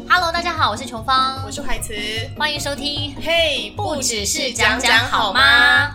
Hello， 大家好，我是琼芳， 我是怀慈， 欢迎收听。 嘿， 不只是讲讲好吗？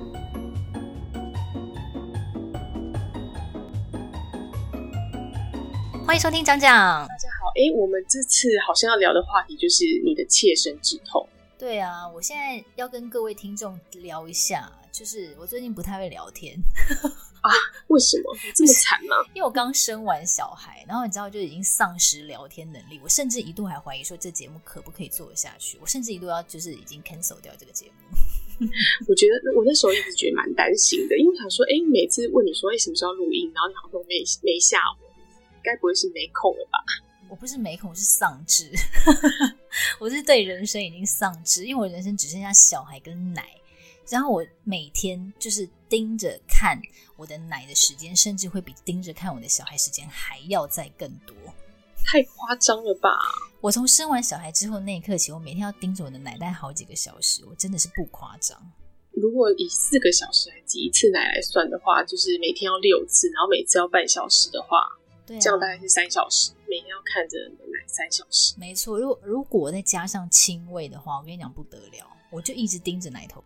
欢迎收听讲讲。 大家好，我们这次好像要聊的话题就是你的切身之痛。 对啊，我现在要跟各位听众聊一下，就是我最近不太会聊天啊，为什么这么惨呢？ 因为我刚生完小孩，然后你知道就已经丧失聊天能力，我甚至一度还怀疑说这节目可不可以做得下去，我甚至一度要就是已经 cancel 掉这个节目。 我觉得我那时候一直觉得蛮担心的，因为我想说每次问你说什么时候录音，然后你好像都没下文，该不会是没空了吧？ 我不是没空，我是丧志我是对人生已经丧志，因为我人生只剩下小孩跟奶，然后我每天就是盯着看我的奶的时间，甚至会比盯着看我的小孩时间还要再更多。 太夸张了吧！ 我从生完小孩之后那一刻起，我每天要盯着我的奶带好几个小时，我真的是不夸张。 如果以4个小时来挤一次奶来算的话，就是每天要6次，然后每次要半小时的话，对啊，这样大概是3小时，每天要看着奶3小时。 没错，如果我再加上亲喂的话，我跟你讲不得了，我就一直盯着奶头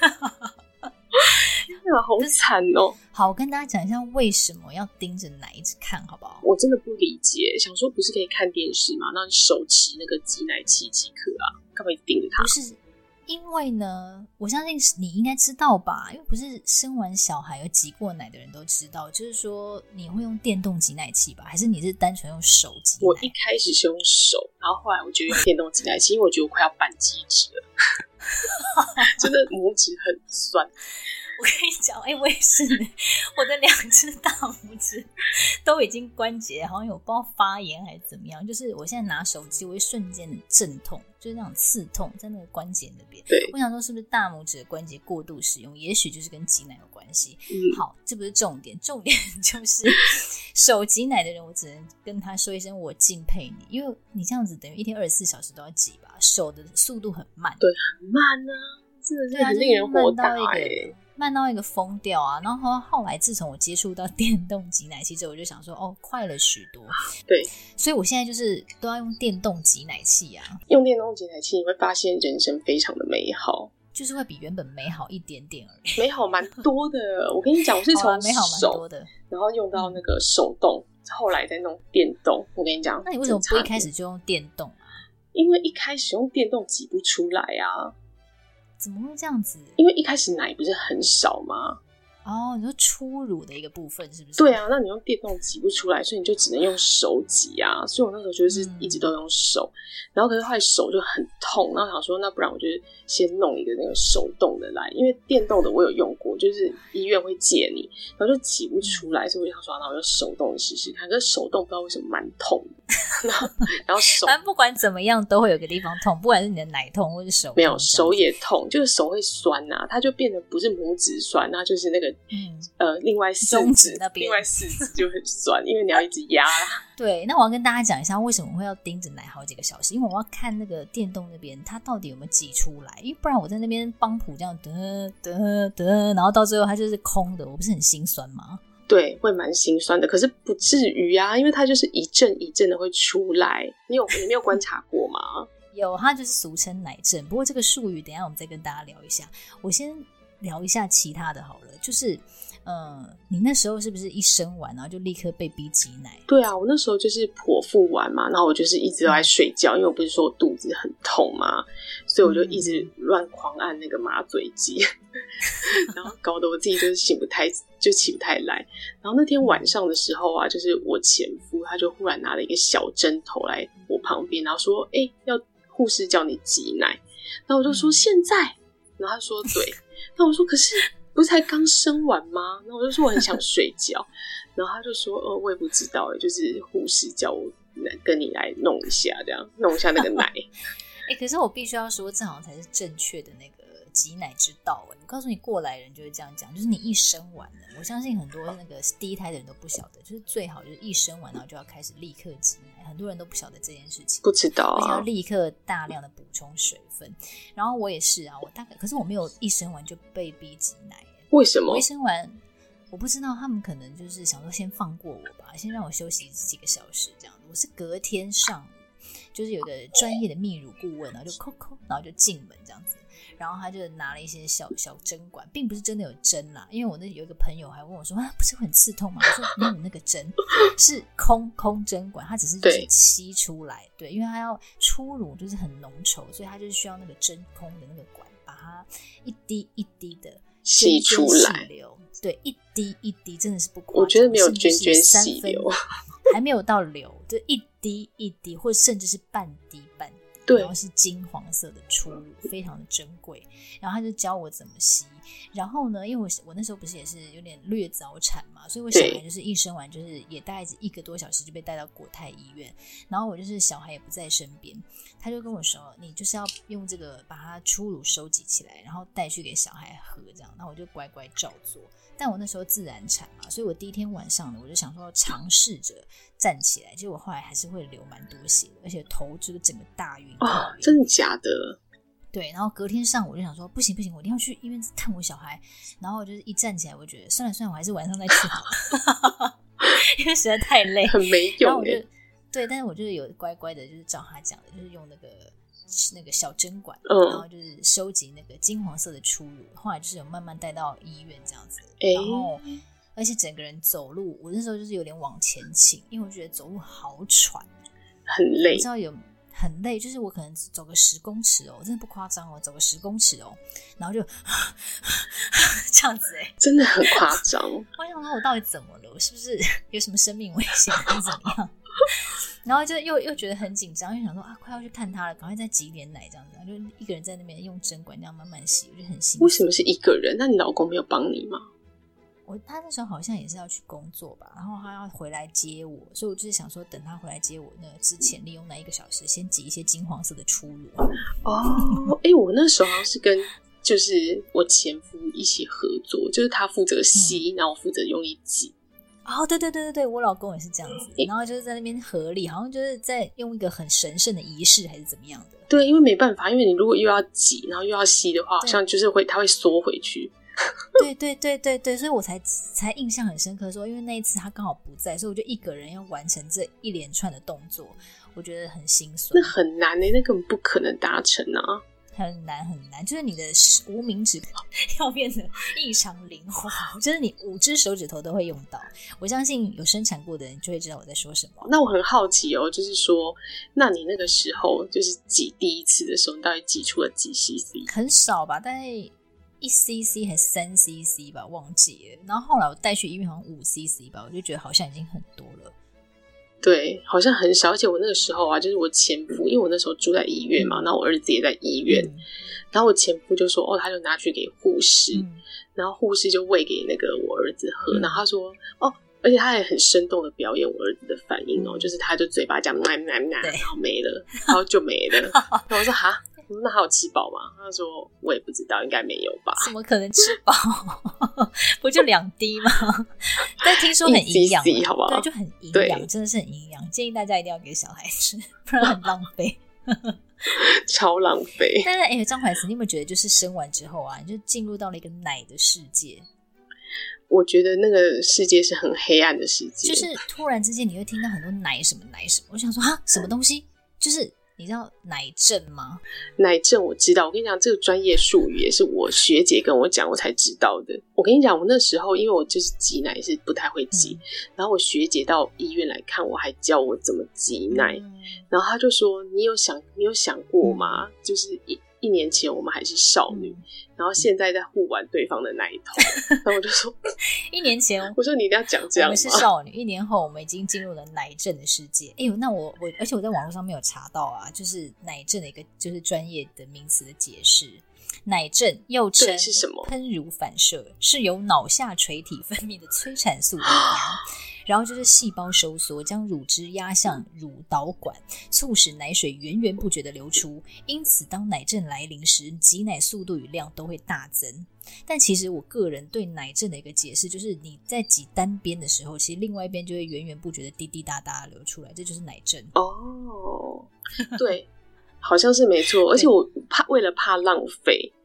好惨哦！ 好，我跟大家讲一下为什么要盯着奶一直看好不好？ 我真的不理解，想说不是可以看电视吗？那你手持那个挤奶器即可啊，干嘛一直盯着它？ 不是，因为呢，我相信你应该知道吧，因为不是生完小孩有挤过奶的人都知道，就是说你会用电动挤奶器吧，还是你是单纯用手挤奶？ 我一开始是用手，然后后来我就用电动挤奶器，因为我觉得我快要扳机指了真的拇指很酸。 我跟你讲，我也是，我的2只大拇指都已经关节好像有不知道发炎还是怎么样，就是我现在拿手机我会瞬间的阵痛，就是那种刺痛在那个关节那边。 对， 我想说是不是大拇指的关节过度使用，也许就是跟挤奶有关系。好，这不是重点，重点就是手挤奶的人，我只能跟他说一声我敬佩你，因为你这样子等于一天24小时都要挤吧，手的速度很慢。 对，很慢啊，真的是很令人火大慢到一个疯掉啊！然后后来自从我接触到电动挤奶器之后，我就想说快了许多。 对， 所以我现在就是都要用电动挤奶器啊。 用电动挤奶器你会发现人生非常的美好， 就是会比原本美好一点点而已。 美好蛮多的我跟你讲，我是从美好蛮多的， 然后用到那个手动，后来再弄电动。我跟你讲， 那你为什么不一开始就用电动啊？ 因为一开始用电动挤不出来啊。 怎么会这样子？ 因为一开始奶不是很少吗？ 你说初乳的一个部分是不是？ 对啊，那你用电动挤不出来，所以你就只能用手挤啊。所以我那时候就是一直都用手，然后可是后来手就很痛，然后想说那不然我就先弄一个那个手动的来，因为电动的我有用过，就是医院会借你，然后就挤不出来，所以我就想说那我就手动的试试看。可是手动不知道为什么蛮痛的然后手反正不管怎么样都会有个地方痛，不管是你的奶痛或是手痛。 没有，手也痛，就是手会酸啊，它就变得不是拇指酸啊，就是那个另外4指那边， 另外4指就很酸，因为你要一直压啦。 对，那我要跟大家讲一下为什么会要盯着奶好几个小时，因为我要看那个电动那边它到底有没有挤出来，因为不然我在那边帮谱这样然后到最后它就是空的，我不是很心酸吗？ 对，会蛮心酸的，可是不至于啊，因为它就是一阵一阵的会出来。你没有观察过吗？ 有，它就是俗称奶症，不过这个术语等一下我们再跟大家聊一下。我先聊一下其他的好了，就是你那时候是不是一生完然后就立刻被逼挤奶？ 对啊，我那时候就是剖腹完嘛，然后我就是一直都在睡觉，因为我不是说我肚子很痛嘛，所以我就一直乱狂按那个麻醉剂然后搞得我自己就是起不太来。然后那天晚上的时候啊，就是我前夫他就忽然拿了一个小针头来我旁边，然后说要护士叫你挤奶，然后我就说现在，然后他说对，那我说可是不是才刚生完吗？然后我就说我很想睡觉然后他就说我也不知道就是护士叫我跟你来弄一下，这样弄一下那个奶可是我必须要说这好像才是正确的那个挤奶之道我告诉你，过来人就会这样讲，就是你一生完了，我相信很多那个第一胎的人都不晓得，就是最好就是一生完然后就要开始立刻挤奶，很多人都不晓得这件事情， 不知道啊， 而且要立刻大量的补充水分。然后我也是啊，我大概可是我没有一生完就被逼挤奶。 为什么？ 我一生完我不知道，他们可能就是想说先放过我吧，先让我休息几个小时这样子。我是隔天上午就是有个专业的泌乳顾问，然后就扣扣，然后就进门这样子。然后他就拿了一些小针管，并不是真的有针啦，因为我那有一个朋友还问我说不是很刺痛吗？我说没有，那个针是空针管，它只是就是吸出来，对，因为它要出乳就是很浓稠，所以它就是需要那个真空的那个管，把它一滴一滴的吸出来， 对，一滴一滴真的是不夸张， 我觉得没有涓涓细流， 还没有到流，就一滴一滴，或者甚至是半滴半滴。 对， 然后是金黄色的出乳，非常的珍贵。然后他就教我怎么吸。然后呢，因为我那时候不是也是有点略早产嘛，所以我小孩就是一生完就是也大概1个多小时就被带到国泰医院。然后我就是小孩也不在身边，他就跟我说，你就是要用这个把它出乳收集起来，然后带去给小孩喝这样。然后我就乖乖照做。但我那时候自然产嘛，所以我第一天晚上呢，我就想说尝试着站起来，结果后来还是会流蛮多血的，而且头这个整个大晕。 真的假的？ 对，然后隔天上午我就想说不行，我一定要去医院看我小孩。然后就是一站起来，我觉得算了，我还是晚上再去好了，因为实在太累， 很没用。 然后我就对，但是我就是有乖乖的，就是照他讲的，就是用那个小针管，然后就是收集那个金黄色的出乳，后来就是有慢慢带到医院这样子，然后而且整个人走路，我那时候就是有点往前倾，因为我觉得走路好喘， 很累， 你知道很累，就是我可能走个10公尺哦，真的不夸张哦，走个10公尺哦，然后就这样子真的很夸张。 我想说我到底怎么了？我是不是有什么生命危险还是怎么样？然后就又觉得很紧张，因为想说快要去看他了，赶快再挤点奶这样子，就一个人在那边用针管这样慢慢吸，我就很辛苦。 为什么是一个人？那你老公没有帮你吗？ 他那时候好像也是要去工作吧，然后他要回来接我，所以我就是想说等他回来接我那之前，利用那1个小时先挤一些金黄色的出乳。 我那时候好像是跟就是我前夫一起合作，就是他负责吸，然后我负责用力挤。 对，我老公也是这样子，然后就是在那边合力，好像就是在用一个很神圣的仪式还是怎么样的。 对，因为没办法，因为你如果又要挤，然后又要吸的话，好像就是它会缩回去。 对，所以我才印象很深刻说，因为那一次他刚好不在，所以我就一个人要完成这一连串的动作，我觉得很心酸。 那很难那根本不可能达成啊。 很难，就是你的无名指要变得异常灵活，就是你5只手指头都会用到。我相信有生产过的人就会知道我在说什么。 那我很好奇哦，就是说，那你那个时候就是挤第一次的时候，你到底挤出了几 cc？ 很少吧，大概1cc 还是3 cc 吧，忘记了。然后后来我带去医院好像5 cc 吧，我就觉得好像已经很多了。 对，好像很少。而且我那个时候啊，就是我前夫，因为我那时候住在医院嘛，然后我儿子也在医院，然后我前夫就说他就拿去给护士，然后护士就喂给那个我儿子喝，然后他说而且他也很生动的表演我儿子的反应就是他就嘴巴这样然后没了，然后就没了。然后我说哈，那还有吃饱吗？他说我也不知道，应该没有吧。 怎么可能吃饱？不就2滴吗？但听说很营养， 好不好？ 对，就很营养，真的是很营养。建议大家一定要给小孩吃，不然很浪费。 超浪费。 但是张怀慈，你有没有觉得就是生完之后啊，你就进入到了一个奶的世界？ 我觉得那个世界是很黑暗的世界， 就是突然之间你会听到很多奶什么，我想说什么东西？就是你知道奶症吗？ 奶症我知道，我跟你讲，这个专业术语也是我学姐跟我讲我才知道的。我跟你讲，我那时候因为我就是挤奶是不太会挤，然后我学姐到医院来看我，还教我怎么挤奶，然后她就说你有想过吗？就是一年前我们还是少女，然后现在在互玩对方的奶头。然后我就说 1年前我说你一定要讲这样吗？ 我们是少女，1年后我们已经进入了奶症的世界。那我而且我在网络上没有查到啊，就是奶症的一个就是专业的名词的解释。奶症又称喷乳反射，是由脑下垂体分泌的催产素引发，然后就是细胞收缩，将乳汁压向乳导管，促使奶水源源不绝的流出。因此当奶症来临时，挤奶速度与量都会大增。但其实我个人对奶症的一个解释就是你在挤单边的时候，其实另外一边就会源源不绝的滴滴答答流出来，这就是奶症。对， 好像是没错。而且我为了怕浪费，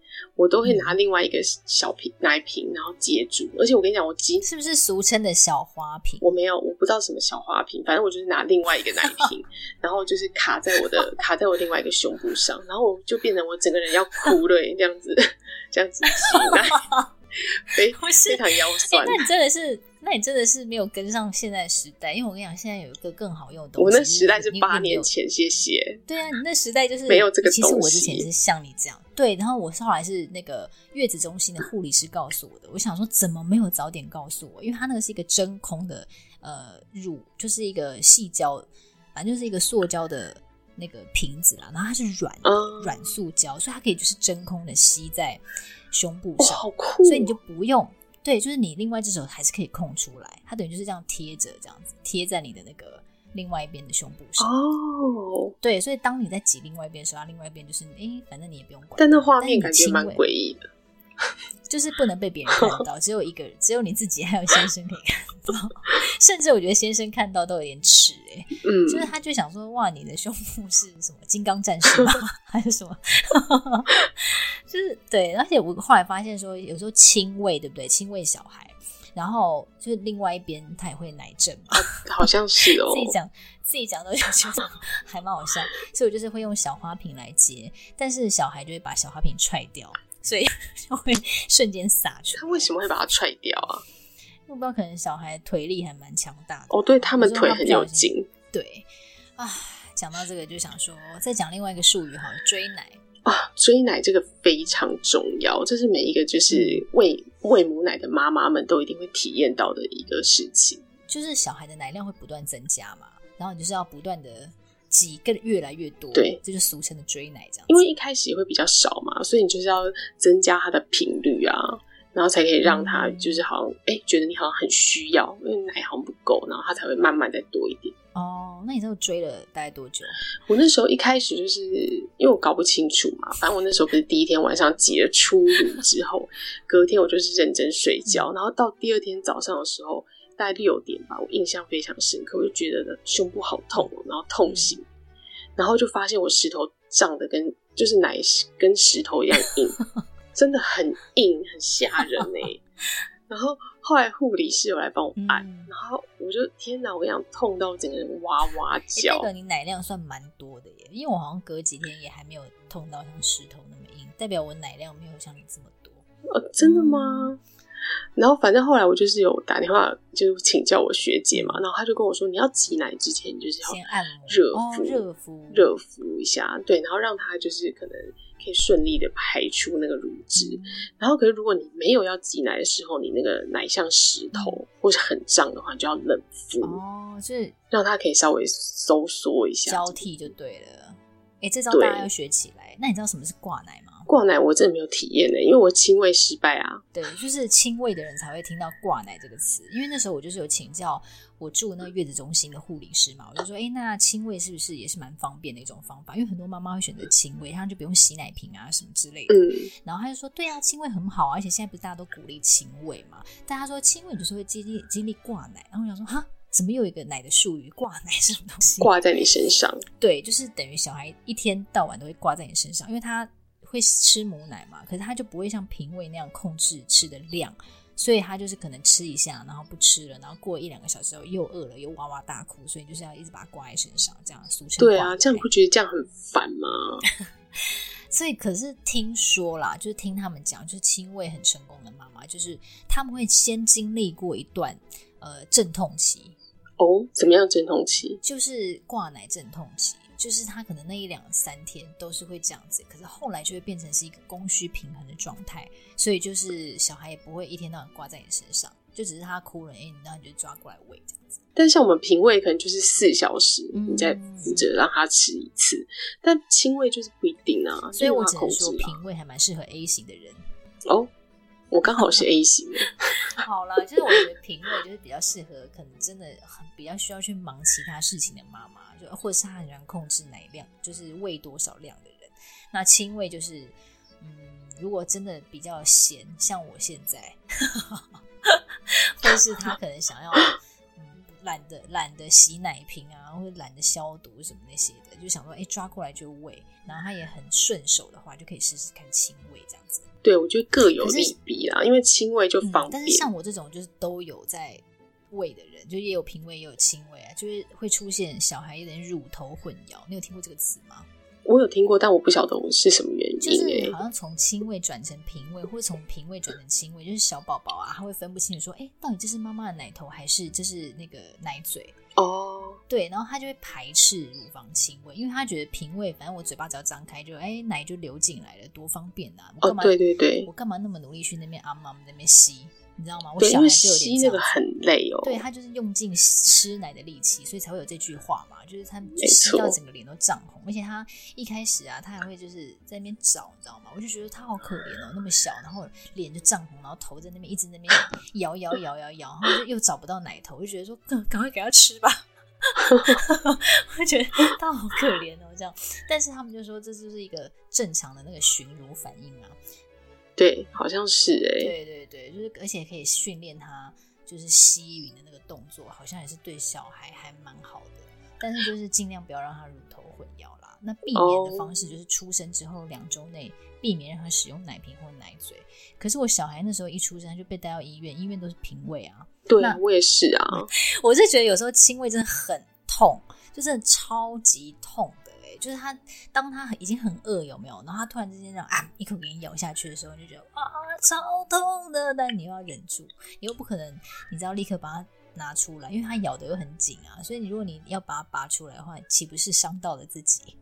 我都会拿另外一个小奶瓶然后接住。而且我跟你讲，我是不是俗称的小花瓶？ 我没有，我不知道什么小花瓶，反正我就是拿另外一个奶瓶然后就是卡在我另外一个胸部上，然后我就变成我整个人要哭了这样子挤奶非常腰酸。 那你真的是没有跟上现在的时代，因为我跟你讲，现在有一个更好用的东西。 我那时代是8年前，谢谢。 对啊，你那时代就是没有这个东西。 其实我之前是像你这样，对，然后我后来是那个月子中心的护理师告诉我的。我想说，怎么没有早点告诉我？因为它那个是一个真空的乳，就是一个矽胶，反正就是一个塑胶的那个瓶子啦，然后它是软塑胶，所以它可以就是真空的吸在胸部上， 好酷！ 所以你就不用。对，就是你另外一只手还是可以空出来，它等于就是这样贴着，这样子贴在你的那个另外一边的胸部上。哦，对，所以当你在挤另外一边的时候，另外一边就是反正你也不用管。 但那画面感觉蛮诡异的， 就是不能被别人看到，只有你自己还有先生可以看到，甚至我觉得先生看到都有点耻就是他就想说，哇，你的胸部是什么金刚战士吗？还是什么？就是对，而且我后来发现说，有时候亲喂，对不对？亲喂小孩，然后就是另外一边他也会奶症嘛， 好像是哦。 自己讲都觉得还蛮好笑，所以我就是会用小花瓶来接，但是小孩就会把小花瓶踹掉。所以就会瞬间洒出来。 他为什么会把它踹掉啊？ 我不知道，可能小孩腿力还蛮强大的。 哦，对，他们腿很有劲。 对啊，讲到这个就想说，再讲另外一个术语好了，追奶啊，追奶这个非常重要，这是每一个就是喂母奶的妈妈们都一定会体验到的一个事情。 就是小孩的奶量会不断增加嘛，然后你就是要不断的挤更越来越多， 对， 这就是俗称的追奶这样子。 因为一开始也会比较少嘛，所以你就是要增加它的频率啊，然后才可以让他就是好像觉得你好像很需要，因为奶好像不够，然后他才会慢慢再多一点。 哦，那你都追了大概多久？ 我那时候一开始就是因为我搞不清楚嘛，反正我那时候不是第一天晚上挤了初乳之后，隔天我就是认真睡觉，然后到第二天早上的时候大概6点吧，我印象非常深刻，我就觉得胸部好痛哦，然后痛醒，然后就发现我石头胀的就是奶跟石头一样硬，真的很硬，很吓人然后后来护理师有来帮我按，然后我就天哪，我跟你讲，痛到整个人哇哇叫。 那个你奶量算蛮多的耶，因为我好像隔几天也还没有痛到像石头那么硬，代表我奶量没有像你这么多。 真的吗？然后反正后来我就是有打电话就请教我学姐嘛，然后她就跟我说，你要挤奶之前你就是要先按摩热敷一下，对，然后让它就是可能可以顺利的排出那个乳汁，然后可是如果你没有要挤奶的时候，你那个奶像石头或是很胀的话，你就要冷敷就是让它可以稍微收缩一下， 交替就对了。这招大家要学起来。那你知道什么是挂奶吗？ 挂奶我真的没有体验因为我亲喂失败啊。 对，就是亲喂的人才会听到挂奶这个词。因为那时候我就是有请教我住那个月子中心的护理师嘛，我就说那亲喂是不是也是蛮方便的一种方法？因为很多妈妈会选择亲喂，她就不用洗奶瓶啊什么之类的。然后他就说对啊，亲喂很好啊，而且现在不是大家都鼓励亲喂嘛，但他说亲喂就是会经历挂奶。然后我想说哈，怎么又有一个奶的术语？挂奶是什么东西？ 挂在你身上。对， 就是等于小孩一天到晚都会挂在你身上，因为他会吃母奶嘛，可是他就不会像瓶喂那样控制吃的量，所以他就是可能吃一下然后不吃了，然后过1-2个小时后又饿了又哇哇大哭，所以就是要一直把它挂在身上，这样俗称挂奶。 对啊，这样不觉得这样很烦吗？ 所以可是听说啦，就是听他们讲，就是亲喂很成功的妈妈，就是他们会先经历过一段阵痛期。 怎么样阵痛期？ 就是挂奶阵痛期，就是他可能那1-2-3天都是会这样子，可是后来就会变成是一个供需平衡的状态，所以就是小孩也不会一天到晚挂在你身上，就只是他哭了，然后你就抓过来喂这样子。 但像我们瓶喂可能就是4小时，你再负责让他吃一次，但亲喂就是不一定啊。 所以我只能说瓶喂还蛮适合 A 型的人。 我刚好是 A 型的。 好啦，就是我觉得瓶喂就是比较适合可能真的比较需要去忙其他事情的妈妈，就或者是她很喜欢控制奶量，就是喂多少量的人。那亲喂就是如果真的比较闲，像我现在或者是她可能想要懒得洗奶瓶啊，或者懒得消毒什么那些的，就想说抓过来就喂，然后它也很顺手的话，就可以试试看亲喂这样子。 对，我觉得各有利弊啦，因为亲喂就方便， 但是像我这种就是都有在喂的人，就也有平喂也有亲喂啊，就是会出现小孩有点乳头混淆，你有听过这个词吗？ 我有听过，但我不晓得我是什么原因， 就是好像从亲喂转成平喂，或者从平喂转成亲喂，就是小宝宝啊，他会分不清楚说，到底这是妈妈的奶头还是这是那个奶嘴哦。 对，然后他就会排斥乳房亲喂，因为他觉得平喂，反正我嘴巴只要张开就奶就流进来了，多方便啊！我干嘛？ 对对对， 我干嘛那么努力去那边那边吸？你知道吗？我对， 小孩就有点因为吸那个很累哦。 对，他就是用尽吃奶的力气，所以才会有这句话嘛，就是他吸到整个脸都涨红，而且他一开始啊，他还会就是在那边找，你知道吗？我就觉得他好可怜哦，那么小，然后脸就涨红，然后头在那边一直在那边摇，然后就又找不到奶头，我就觉得说赶快给他吃吧。我觉得他好可怜哦，这样。但是他们就说这就是一个正常的那个寻乳反应啊。 对，好像是对对对，就是而且可以训练他就是吸吮的那个动作，好像也是对小孩还蛮好的。但是就是尽量不要让他乳头混淆啦。那避免的方式就是出生之后2周内避免让他使用奶瓶或奶嘴。可是我小孩那时候一出生他就被带到医院，医院都是平喂啊。 对，我也是啊。 我是觉得有时候亲喂真的很痛，就真的超级痛的。就是他当他已经很饿有没有，然后他突然之间让一口给你咬下去的时候，你就觉得超痛的，但你又要忍住，你又不可能你知道立刻把它拿出来，因为它咬的又很紧啊，所以如果你要把它拔出来的话，岂不是伤到了自己？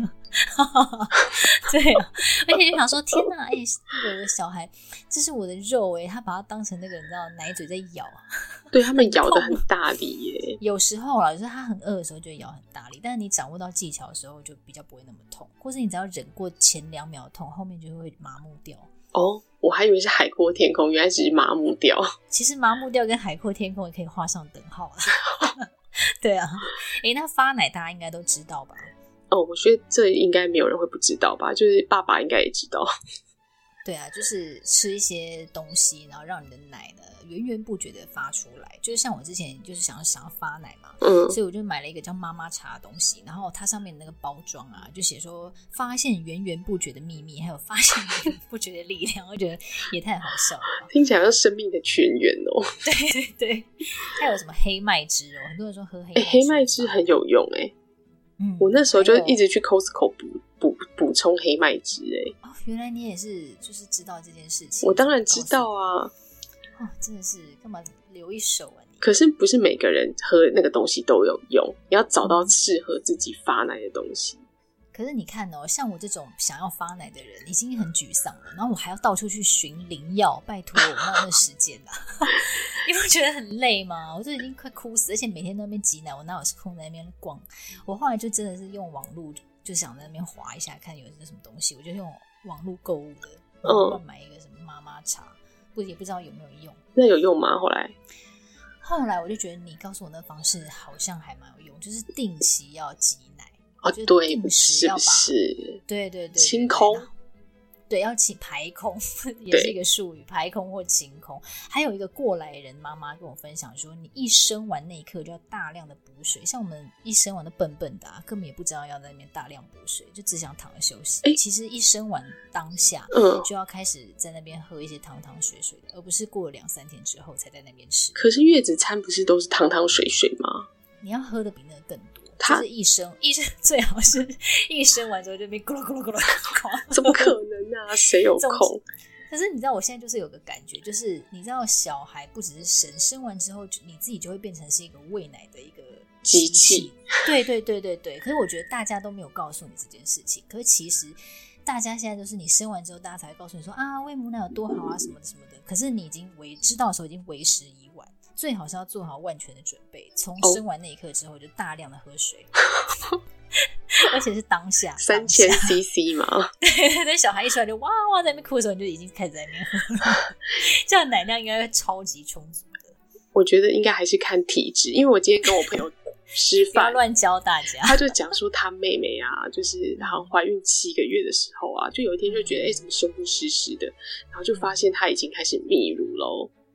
对啊，而且就想说天哪，那个小孩这是我的肉他把它当成那个你知道奶嘴在咬。 对，他们咬得很大力耶。 有时候啦，就是他很饿的时候就会咬很大力，但是你掌握到技巧的时候就比较不会那么痛，或是你只要忍过前2秒痛，后面就会麻木掉。 哦，我还以为是海阔天空，原来只是麻木掉。 其实麻木掉跟海阔天空也可以画上等号啦。对啊，那发奶大家应该都知道吧？ 我觉得这应该没有人会不知道吧，就是爸爸应该也知道。 对啊，就是吃一些东西，然后让你的奶呢源源不绝的发出来。就是像我之前就是想要发奶嘛，所以我就买了一个叫妈妈茶的东西，然后它上面的那个包装啊，就写说发现源源不绝的秘密，还有发现源源不绝的力量，我觉得也太好笑了吧。 听起来像生命的泉源哦。 对对对，还有什么黑麦汁哦，很多人说喝黑麦汁， 黑麦汁很有用我那时候就一直去 Costco 补充黑麦汁原来你也是就是知道这件事情。 我当然知道啊。 真的是干嘛留一手啊你？ 可是不是每个人喝那个东西都有用，你要找到适合自己发奶的东西。 可是你看像我这种想要发奶的人已经很沮丧了，然后我还要到处去寻灵药，拜托我哪有那时间啊？你不觉得很累吗？我就已经快哭死，而且每天都在那边挤奶，我哪有空在那边逛？我后来就真的是用网路，就想在那边滑一下看有什么东西，我就用网路购物的，然后乱买一个什么妈妈茶，也不知道有没有用。 那有用吗？ 后来我就觉得你告诉我那方式好像还蛮有用，就是定期要挤奶。 对， 定时要把对对对清空， 对，要排空也是一个术语，排空或清空。还有一个过来人妈妈跟我分享说，你一生完那一刻就要大量的补水，像我们一生完的笨笨的根本也不知道要在那边大量补水，就只想躺着休息。其实一生完当下就要开始在那边喝一些汤汤水水的，而不是过了2-3天之后才在那边吃。 可是月子餐不是都是汤汤水水吗？ 你要喝的比那个更多，就是一生最好是一生完之后就变咕噜咕噜咕噜， 怎么可能啊？谁有空？ 可是你知道我现在就是有个感觉，就是你知道小孩不只是生完之后你自己就会变成是一个喂奶的一个机器。对对对对对。可是我觉得大家都没有告诉你这件事情，可是其实大家现在都是你生完之后大家才会告诉你说喂母奶有多好啊什么的什么的，可是你已经知道的时候已经为时已晚。最好是要做好万全的准备，从生完那一刻之后就大量的喝水，而且是当下 3000 cc 嘛。 对对，小孩一出来就哇哇在那边哭的时候，你就已经开始在那边喝了，这样奶量应该会超级充足的。 我觉得应该还是看体质，因为我今天跟我朋友吃饭， 不要乱教大家。 他就讲说他妹妹啊，就是好像怀孕7个月的时候啊，就有一天就觉得怎么胸部湿湿的，然后就发现她已经开始泌乳咯。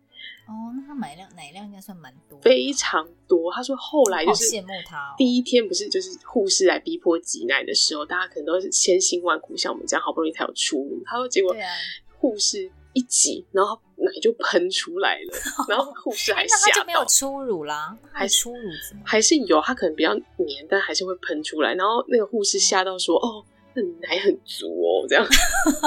哦，那他奶量应该算蛮多的， 非常多。他说后来就是好羡慕他哦。 第一天不是就是护士来逼迫挤奶的时候，大家可能都是千辛万苦，像我们这样好不容易才有出路。他说结果护士一挤，然后奶就喷出来了，然后护士还吓到。 那他就没有初乳啦？还初乳子吗？ 还是有，他可能比较黏，但还是会喷出来。然后那个护士吓到说：“哦，那你奶很足哦。”这样。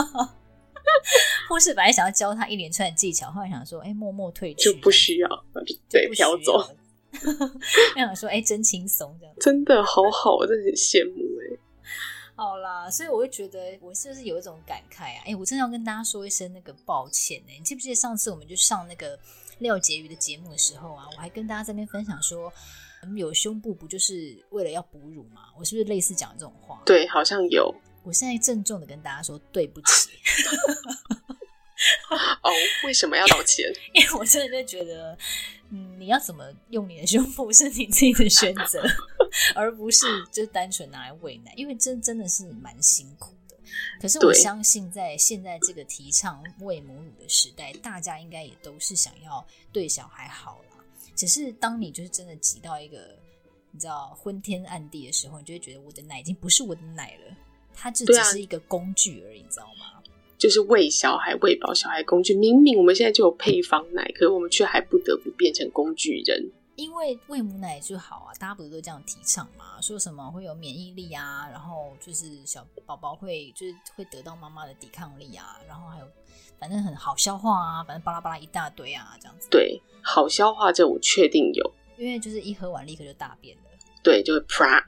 护士本来想要教他一连串的技巧，后来想说：“默默退去， 就不需要，对，飘走。” 想说：“真轻松这样。” 真的好好，我真的很羡慕好啦，所以我会觉得我是不是有一种感慨啊？我真的要跟大家说一声那个抱歉你记不记得上次我们就上那个廖婕妤的节目的时候啊，我还跟大家在那边分享说，有胸部不就是为了要哺乳吗？我是不是类似讲这种话？ 对，好像有。 我现在郑重的跟大家说对不起。 哦，为什么要道歉？ 因为我真的就觉得你要怎么用你的胸部是你自己的选择而不是就单纯拿来喂奶，因为真的是蛮辛苦的。可是我相信在现在这个提倡喂母乳的时代，大家应该也都是想要对小孩好啦，只是当你就是真的挤到一个你知道昏天暗地的时候，你就会觉得我的奶已经不是我的奶了，它就只是一个工具而已，你知道吗？ 就是喂小孩喂饱小孩工具，明明我们现在就有配方奶，可是我们却还不得不变成工具人。 因为喂母奶就好啊，大家不是都这样提倡嘛，说什么会有免疫力啊，然后就是小宝宝会得到妈妈的抵抗力啊，然后还有反正很好消化啊，反正巴拉巴拉一大堆啊这样子。 对，好消化这我确定有， 因为就是一喝完立刻就大便了。 对，就会啪。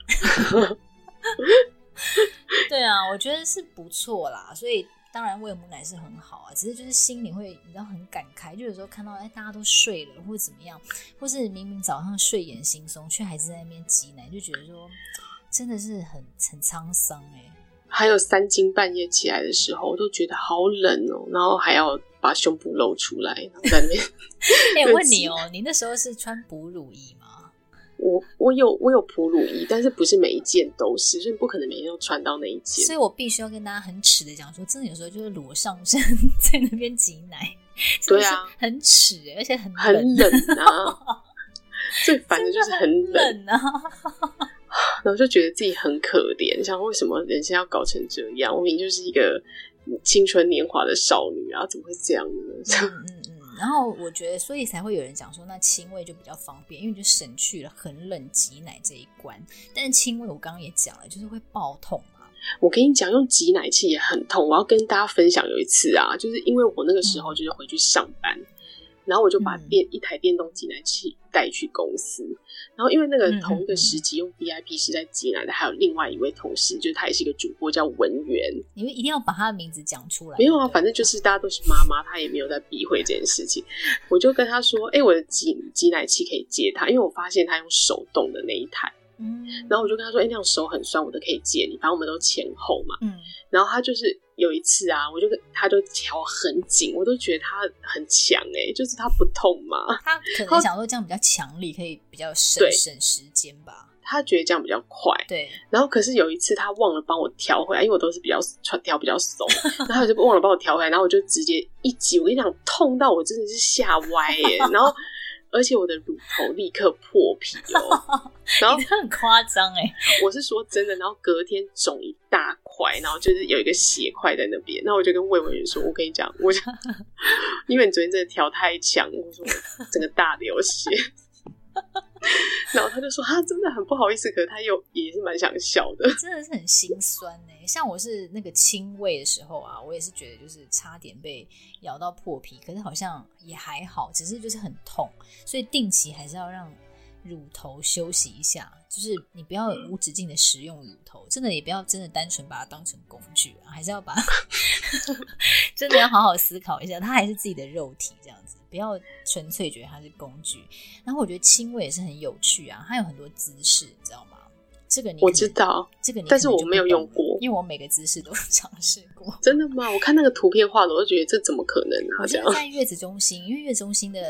对啊，我觉得是不错啦，所以当然喂母奶是很好啊，只是就是心里会你知道很感慨，就有时候看到大家都睡了或者怎么样，或是明明早上睡眼惺忪却还是在那边挤奶，就觉得说真的是很沧桑还有3更半夜起来的时候，我都觉得好冷哦，然后还要把胸部露出来，然后在那边。 我问你哦，你那时候是穿哺乳衣吗？ 我有哺乳衣，但是不是每一件都是，所以不可能每天都穿到那一件。 所以我必须要跟大家很耻的讲说，真的有时候就是裸上身在那边挤奶， 对啊， 很耻而且很冷啊。最烦的就是很冷啊。 然后就觉得自己很可怜，想为什么人生要搞成这样？我明明就是一个青春年华的少女啊，怎么会这样呢？ 然后我觉得所以才会有人讲说那亲喂就比较方便，因为就省去了很冷挤奶这一关。但是亲喂我刚刚也讲了，就是会爆痛嘛。 我跟你讲，用挤奶器也很痛。我要跟大家分享有一次啊，就是因为我那个时候就是回去上班，然后我就把一台电动挤奶器带去公司，然后因为那个同一个时期用 VIP 时代挤奶的还有另外一位同事，就是他也是一个主播叫文媛。 你们一定要把他的名字讲出来。 没有啊，反正就是大家都是妈妈，他也没有在避讳这件事情。我就跟他说我的挤奶器可以借他，因为我发现他用手动的那一台，然后我就跟他说那样手很酸我都可以借你，反正我们都前后嘛。然后他就是有一次啊，他就调很紧，我都觉得他很强就是他不痛嘛， 他可能想说这样比较强力，可以比较省时间吧， 他觉得这样比较快。 对， 然后可是有一次他忘了帮我调回来，因为我都是调比较松，然后他就忘了帮我调回来，然后我就直接一挤，我跟你讲痛到我真的是吓歪然后而且我的乳头立刻破皮然后你很夸张我是说真的，然后隔天肿一大块，然后就是有一个血块在那边，然后我就跟魏文员说，我跟你讲，因为你昨天真的调太强，我说我整个大流血然后他就说他真的很不好意思，可是他也是蛮想笑的， 真的是很心酸像我是那个亲喂的时候啊，我也是觉得就是差点被咬到破皮，可是好像也还好，只是就是很痛，所以定期还是要让乳头休息一下，就是你不要无止境的食用乳头，真的也不要真的单纯把它当成工具还是要把真的要好好思考一下，它还是自己的肉体这样子，不要纯粹觉得它是工具。然后我觉得亲喂也是很有趣啊，它有很多姿势你知道吗？这个你我知道， 这个你但是我没有用过， 因为我每个姿势都尝试过。 真的吗？我看那个图片画的，我就觉得这怎么可能啊？ 我觉得在月子中心，因为月子中心的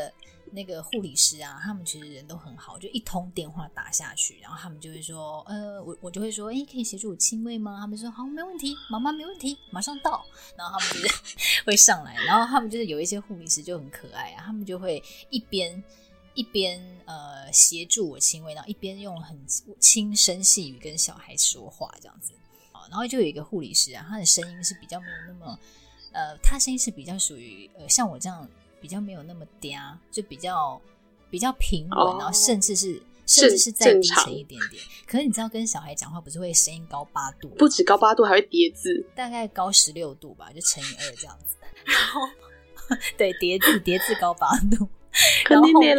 那个护理师啊，他们其实人都很好，就一通电话打下去，然后他们就会说，我就会说，可以协助我亲喂吗？他们说好，没问题，妈妈没问题，马上到。然后他们就是会上来，然后他们就是有一些护理师就很可爱啊，他们就会一边协助我亲喂，然后一边用很轻声细语跟小孩说话这样子。然后就有一个护理师啊，他的声音是比较没有那么他声音是比较属于像我这样比较没有那么嗲，就比较平稳，然后甚至是再低沉一点点。可是你知道跟小孩讲话不是会声音高8度， 不止高8度还会叠字， 大概高16度吧，就乘以2这样子。然后对，叠字高8度。然后对，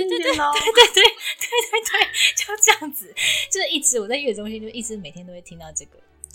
就这样子，就是一直我在月子中心就一直每天都会听到这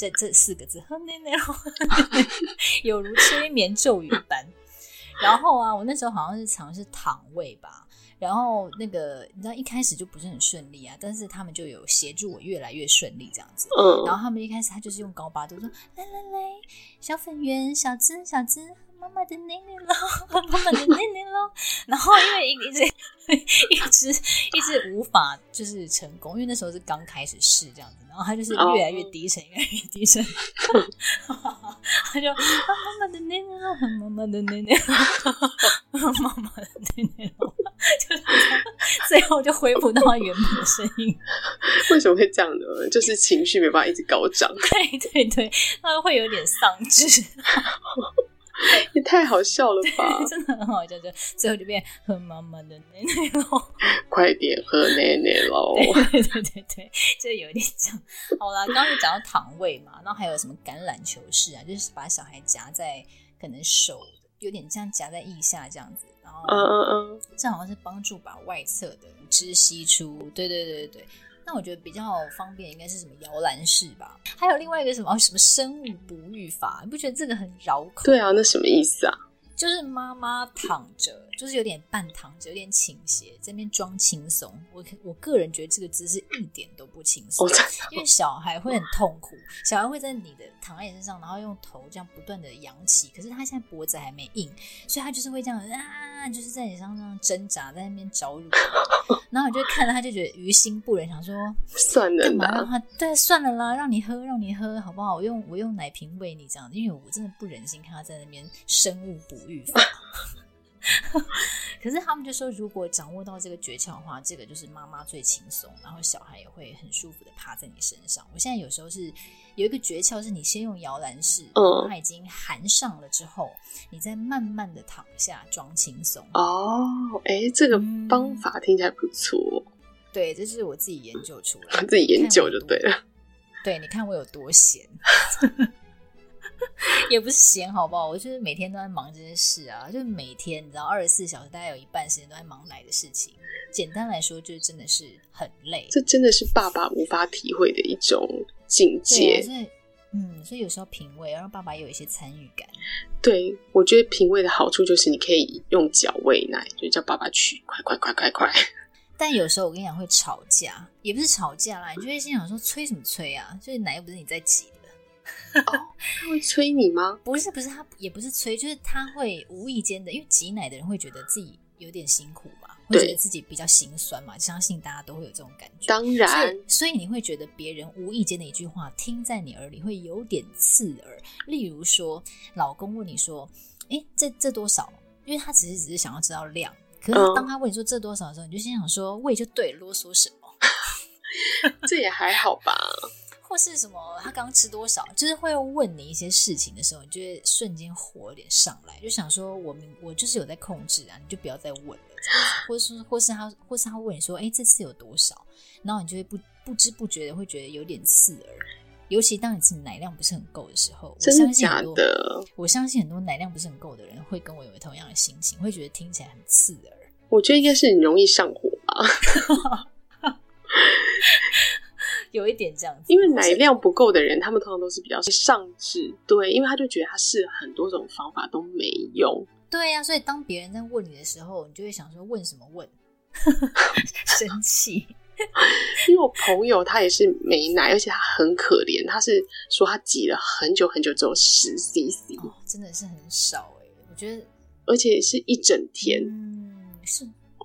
4个字，喝奶奶咯，有如催眠咒语般。然后啊，我那时候好像是尝试躺位吧，然后那个你知道一开始就不是很顺利啊，但是他们就有协助我越来越顺利这样子。然后他们一开始他就是用高8度说，来，小粉圆，小只。妈妈的奶奶咯，妈妈的奶奶咯。然后因为一直无法就是成功，因为那时候是刚开始试这样子，然后他就是越来越低沉，越来越低沉。他就妈妈的奶奶咯，妈妈的奶奶咯，妈妈的奶奶咯，就是最后就恢复到他原本的声音。 为什么会这样呢？就是情绪没办法一直高涨。 对，他会有点丧志。 也太好笑了吧真的很好笑，就最后就变喝妈妈的奶奶咯， 快点喝奶奶咯。 对，就有点这样。好啦，刚刚就讲到躺位嘛，然后还有什么橄榄球式啊，就是把小孩夹在可能手有点这样夹在腋下这样子，然后这好像是帮助把外侧的乳汁吸出。对。那我觉得比较方便应该是什么摇篮式吧，还有另外一个什么生物哺育法，你不觉得这个很绕口？ 对啊，那什么意思啊？ 就是妈妈躺着，就是有点半躺着，有点倾斜，在那边装轻松。我个人觉得这个姿势一点都不轻松，因为小孩会很痛苦，小孩会在你的躺在你身上，然后用头这样不断的扬起，可是他现在脖子还没硬，所以他就是会这样就是在你身上挣扎，在那边找乳。然后我就看到他就觉得于心不忍，想说算了啦， 干嘛让他对算了啦，让你喝好不好？我用奶瓶喂你这样，因为我真的不忍心看他在那边生物哺育法。可是他们就说，如果掌握到这个诀窍的话，这个就是妈妈最轻松，然后小孩也会很舒服的趴在你身上。我现在有时候是有一个诀窍，是你先用摇篮式，它已经含上了之后，你再慢慢的躺下，装轻松。 这个方法听起来不错。 对，这是我自己研究出来的， 自己研究就对了。 对，你看我有多闲。也不是闲好不好，我就是每天都在忙这些事啊，就每天你知道24小时大概有一半时间都在忙奶的事情。简单来说就是真的是很累， 这真的是爸爸无法体会的一种境界。 对啊，所以有时候品味要让爸爸有一些参与感。 对，我觉得品味的好处就是你可以用脚喂奶，就叫爸爸去快。 但有时候我跟你讲会吵架，也不是吵架啦，你就会心想说催什么催啊，就是奶又不是你在挤的。 他会催你吗？ 不是他也不是催，就是他会无意间的，因为挤奶的人会觉得自己有点辛苦嘛，会觉得自己比较心酸嘛，相信大家都会有这种感觉。 当然， 所以你会觉得别人无意间的一句话听在你耳里会有点刺耳。例如说，老公问你说：“这多少？”因为他只是想要知道量，可是当他问你说这多少的时候，你就心想说：“喂就对，啰嗦什么？” 这也还好吧。 或是什么他刚吃多少，就是会问你一些事情的时候，你就会瞬间火有点上来，就想说我就是有在控制啊，你就不要再问了这样子。或是他问你说这次有多少，然后你就会不知不觉的会觉得有点刺耳，尤其当你自己奶量不是很够的时候。 真的假的？ 我相信很多奶量不是很够的人会跟我有同样的心情，会觉得听起来很刺耳。 我觉得应该是你容易上火吧。 有一点这样子， 因为奶量不够的人，他们通常都是比较上智，对，因为他就觉得他试了很多种方法都没用。 对啊，所以当别人在问你的时候，你就会想说问什么问，生气。 因为我朋友他也是没奶，而且他很可怜，他是说他挤了很久很久只有10cc， 真的是很少我觉得， 而且是一整天。 是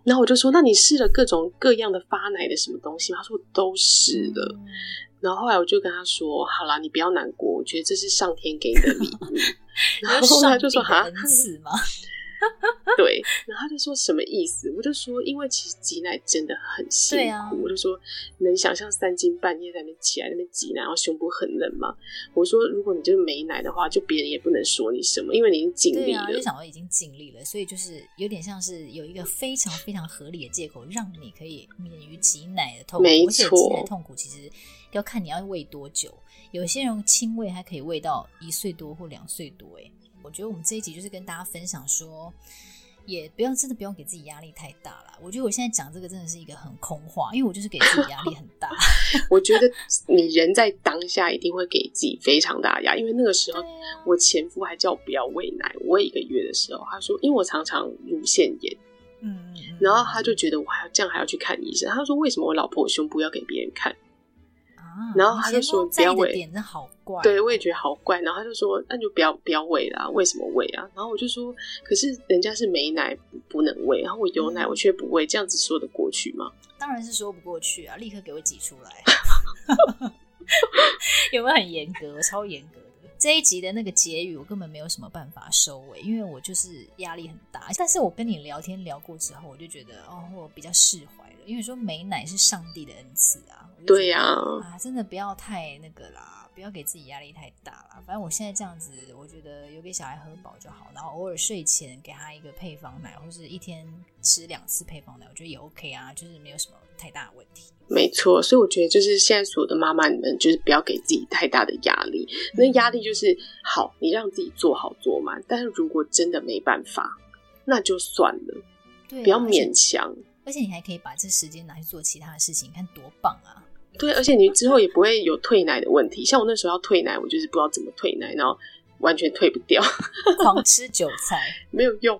然后我就说那你试了各种各样的发奶的什么东西吗？他说我都试了。然后后来我就跟他说好啦，你不要难过，我觉得这是上天给你的礼物。然后他就说哈， 恩赐吗？ 对，然后他就说什么意思？我就说因为其实挤奶真的很辛苦，啊，我就说能想象3更半夜在那边起来那边挤奶，然后胸部很冷吗？我说如果你就是没奶的话，就别人也不能说你什么，因为你已经尽力了。 对啊，就想说已经尽力了，所以就是有点像是有一个非常非常合理的借口，让你可以免于挤奶的痛苦。 没错， 而且挤奶痛苦其实要看你要喂多久，有些人轻喂还可以喂到1岁多或2岁多。我觉得我们这一集就是跟大家分享说，也真的不用给自己压力太大啦。我觉得我现在讲这个真的是一个很空话，因为我就是给自己压力很大。 我觉得你人在当下一定会给自己非常大的压力，因为那个时候我前夫还叫我不要喂奶，我喂1个月的时候，他说因为我常常乳腺炎，然后他就觉得我这样还要去看医生，他说为什么我老婆胸部要给别人看？然后他就说不要喂， 点真好怪。 对，我也觉得好怪。然后他就说那就不要喂啦，为什么喂啊？然后我就说可是人家是没奶不能喂，然后我有奶我却不喂，这样子说得过去吗？ 当然是说不过去啊，立刻给我挤出来。有没有很严格？超严格的。这一集的那个结语我根本没有什么办法收尾，因为我就是压力很大。但是我跟你聊天聊过之后，我就觉得我比较释怀了，因为说没奶是上帝的恩赐啊。 对呀， 真的不要太那个啦，不要给自己压力太大啦。反正我现在这样子，我觉得有给小孩喝饱就好，然后偶尔睡前给他一个配方奶，或是一天吃2次配方奶，我觉得也 OK 啊，就是没有什么太大的问题。 没错，所以我觉得就是现在所有的妈妈，你们就是不要给自己太大的压力。那压力就是好，你让自己做好做满，但是如果真的没办法，那就算了， 对啊， 不要勉强。 而且你还可以把这时间拿去做其他的事情，你看多棒啊！ 对，而且你之后也不会有退奶的问题。像我那时候要退奶，我就是不知道怎么退奶，然后完全退不掉， 狂吃韭菜没有用。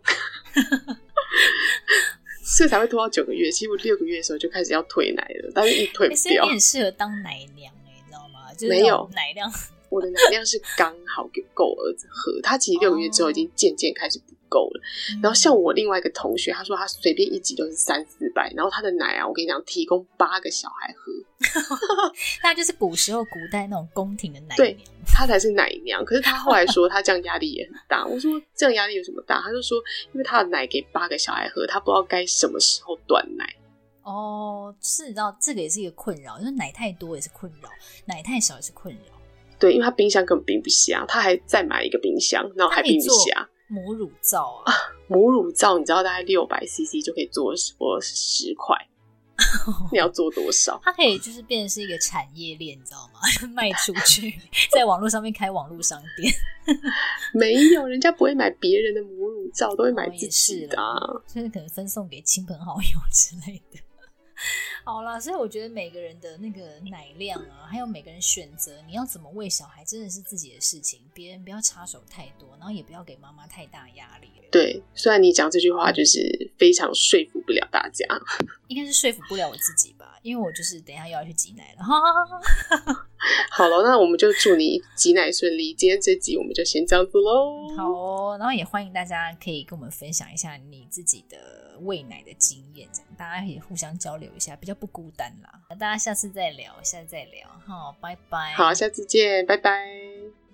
所以才会拖到9个月。其实我6个月的时候就开始要退奶了，但是一退不掉。 所以你很适合当奶娘你知道吗？就是、 没有奶量， 我的奶量是刚好够儿子喝。他其实6个月之后已经渐渐开始不够了。然后像我另外一个同学，他说他随便一集都是300-400，然后他的奶啊，我跟你讲，提供8个小孩喝。 他就是古代那种宫廷的奶娘， 对，他才是奶娘。可是他后来说他这样压力也很大。我说这样压力有什么大？他就说因为他的奶给8个小孩喝，他不知道该什么时候断奶。 是，你知道这个也是一个困扰，就是奶太多也是困扰，奶太少也是困扰。 对，因为他冰箱根本冰不下，他还再买一个冰箱，然后还冰不下。 母乳皂啊， 母乳皂你知道大概600cc 就可以做10块。你要做多少？ 它可以就是变成是一个产业链，你知道吗？卖出去，在网络上面开网络商店。 没有，人家不会买别人的母乳皂，都会买自己的啊， 就是可能分送给亲朋好友之类的。好啦，所以我觉得每个人的那个奶量啊，还有每个人选择你要怎么喂小孩，真的是自己的事情，别人不要插手太多，然后也不要给妈妈太大压力。 对，虽然你讲这句话就是非常说服不了大家， 应该是说服不了我自己吧，因为我就是等一下又要去挤奶了。 好了，那我们就祝你挤奶顺利。今天这集我们就先这样子咯。 好哦，然后也欢迎大家可以跟我们分享一下你自己的喂奶的经验，这样大家可以互相交流一下，比较不孤单啦。大家下次再聊，好，拜拜。 好，下次见，拜拜。